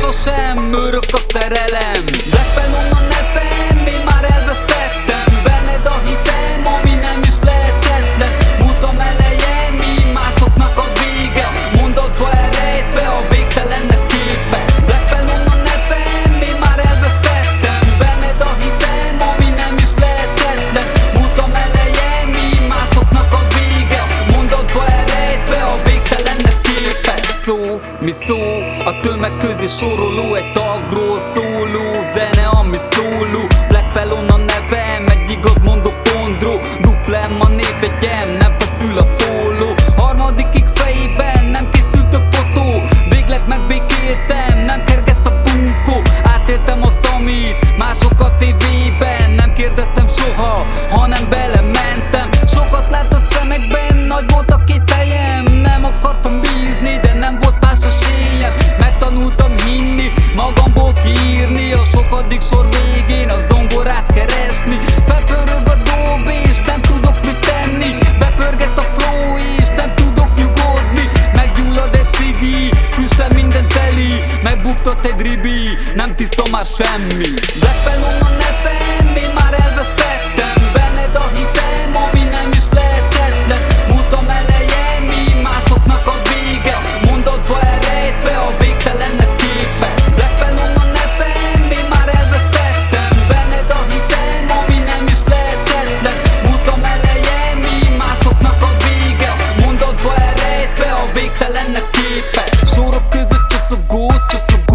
sosem, örök a szerelem. Blackpen onnan FM, én már elvesztettem benned a hitem, ami nem is lehetetlen. Utam eleje, mi másoknak a vége, mondatba elrejtve a végtelennek képe. Blackpen onnan FM, én már elvesztettem benned a hitem, ami nem is lehetetlen. Utam eleje, mi másoknak a vége, mondatba elrejtve a végtelennek képe. Szó, mi szó, a tömeg közé soroló, egy tagról szóló zene, ami szóló. Blackpen onnan nevem, egy igaz mondó pondró, duplem a névjegyem, nem feszül a póló. Harmadik X fejében nem készült a fotó, végleg megbékéltem, nem kergett a bunkó. Átéltem azt, amit mások a tévében, nem kérdeztem soha, hanem belementem. Sokat látott szemekben, nagy volt a kételjem, nem akartam bízni, de nem volt más esélyem. Megtanultam hinni, magamból kiírni, a sokadik sor végén a zongorát keresni. Felpörög a dob és nem tudok mit tenni, bepörget a flow és nem tudok nyugodni. Meggyullad egy cigi, füstel minden teli, megbuktat egy ribi, nem tiszta már semmi. Blackpen onnan FM, én már elvesztettem benned a hitem, ami nem is lehetetlen. Utam eleje, mi másoknak a vége, mondatba elrejtve a végtelennek képe. Blackpen onnan FM, én már elvesztettem benned a hitem, ami nem is lehetetlen. Utam eleje, mi másoknak a vége, mondatba elrejtve a végtelennek képe. Sorok között csoszogó,